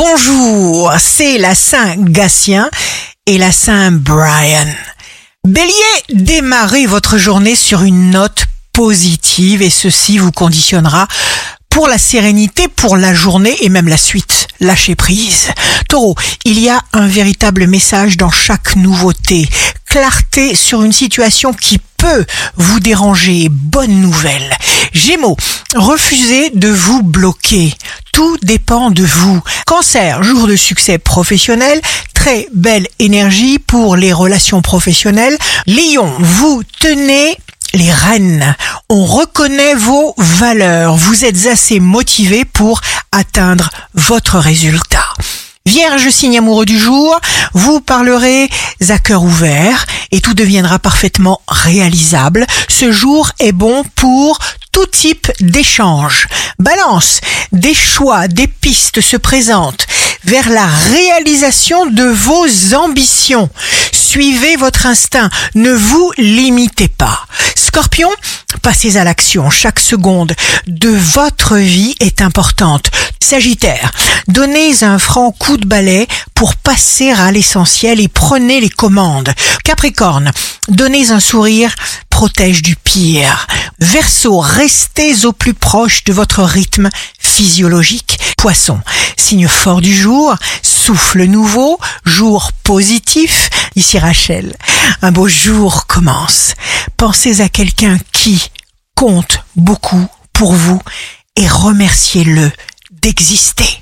Bonjour, c'est la Saint Gatien et la Saint Brian. Bélier, démarrez votre journée sur une note positive et ceci vous conditionnera pour la sérénité, pour la journée et même la suite. Lâchez prise. Taureau, il y a un véritable message dans chaque nouveauté. Clarté sur une situation qui peut vous déranger. Bonne nouvelle. Gémeaux, refusez de vous bloquer. Tout dépend de vous. Cancer, jour de succès professionnel, très belle énergie pour les relations professionnelles. Lion, vous tenez les rênes. On reconnaît vos valeurs. Vous êtes assez motivé pour atteindre votre résultat. Vierge, signe amoureux du jour, vous parlerez à cœur ouvert et tout deviendra parfaitement réalisable. Ce jour est bon pour tout type d'échange. Balance, des choix, des pistes se présentent vers la réalisation de vos ambitions. Suivez votre instinct, ne vous limitez pas. Scorpion, passez à l'action. Chaque seconde de votre vie est importante. Sagittaire, donnez un franc coup de balai pour passer à l'essentiel et prenez les commandes. Capricorne, donnez un sourire, protège du pire. Verseau, restez au plus proche de votre rythme physiologique. Poisson, signe fort du jour, souffle nouveau, jour positif. Ici Rachel, un beau jour commence. Pensez à quelqu'un qui compte beaucoup pour vous et remerciez-le d'exister.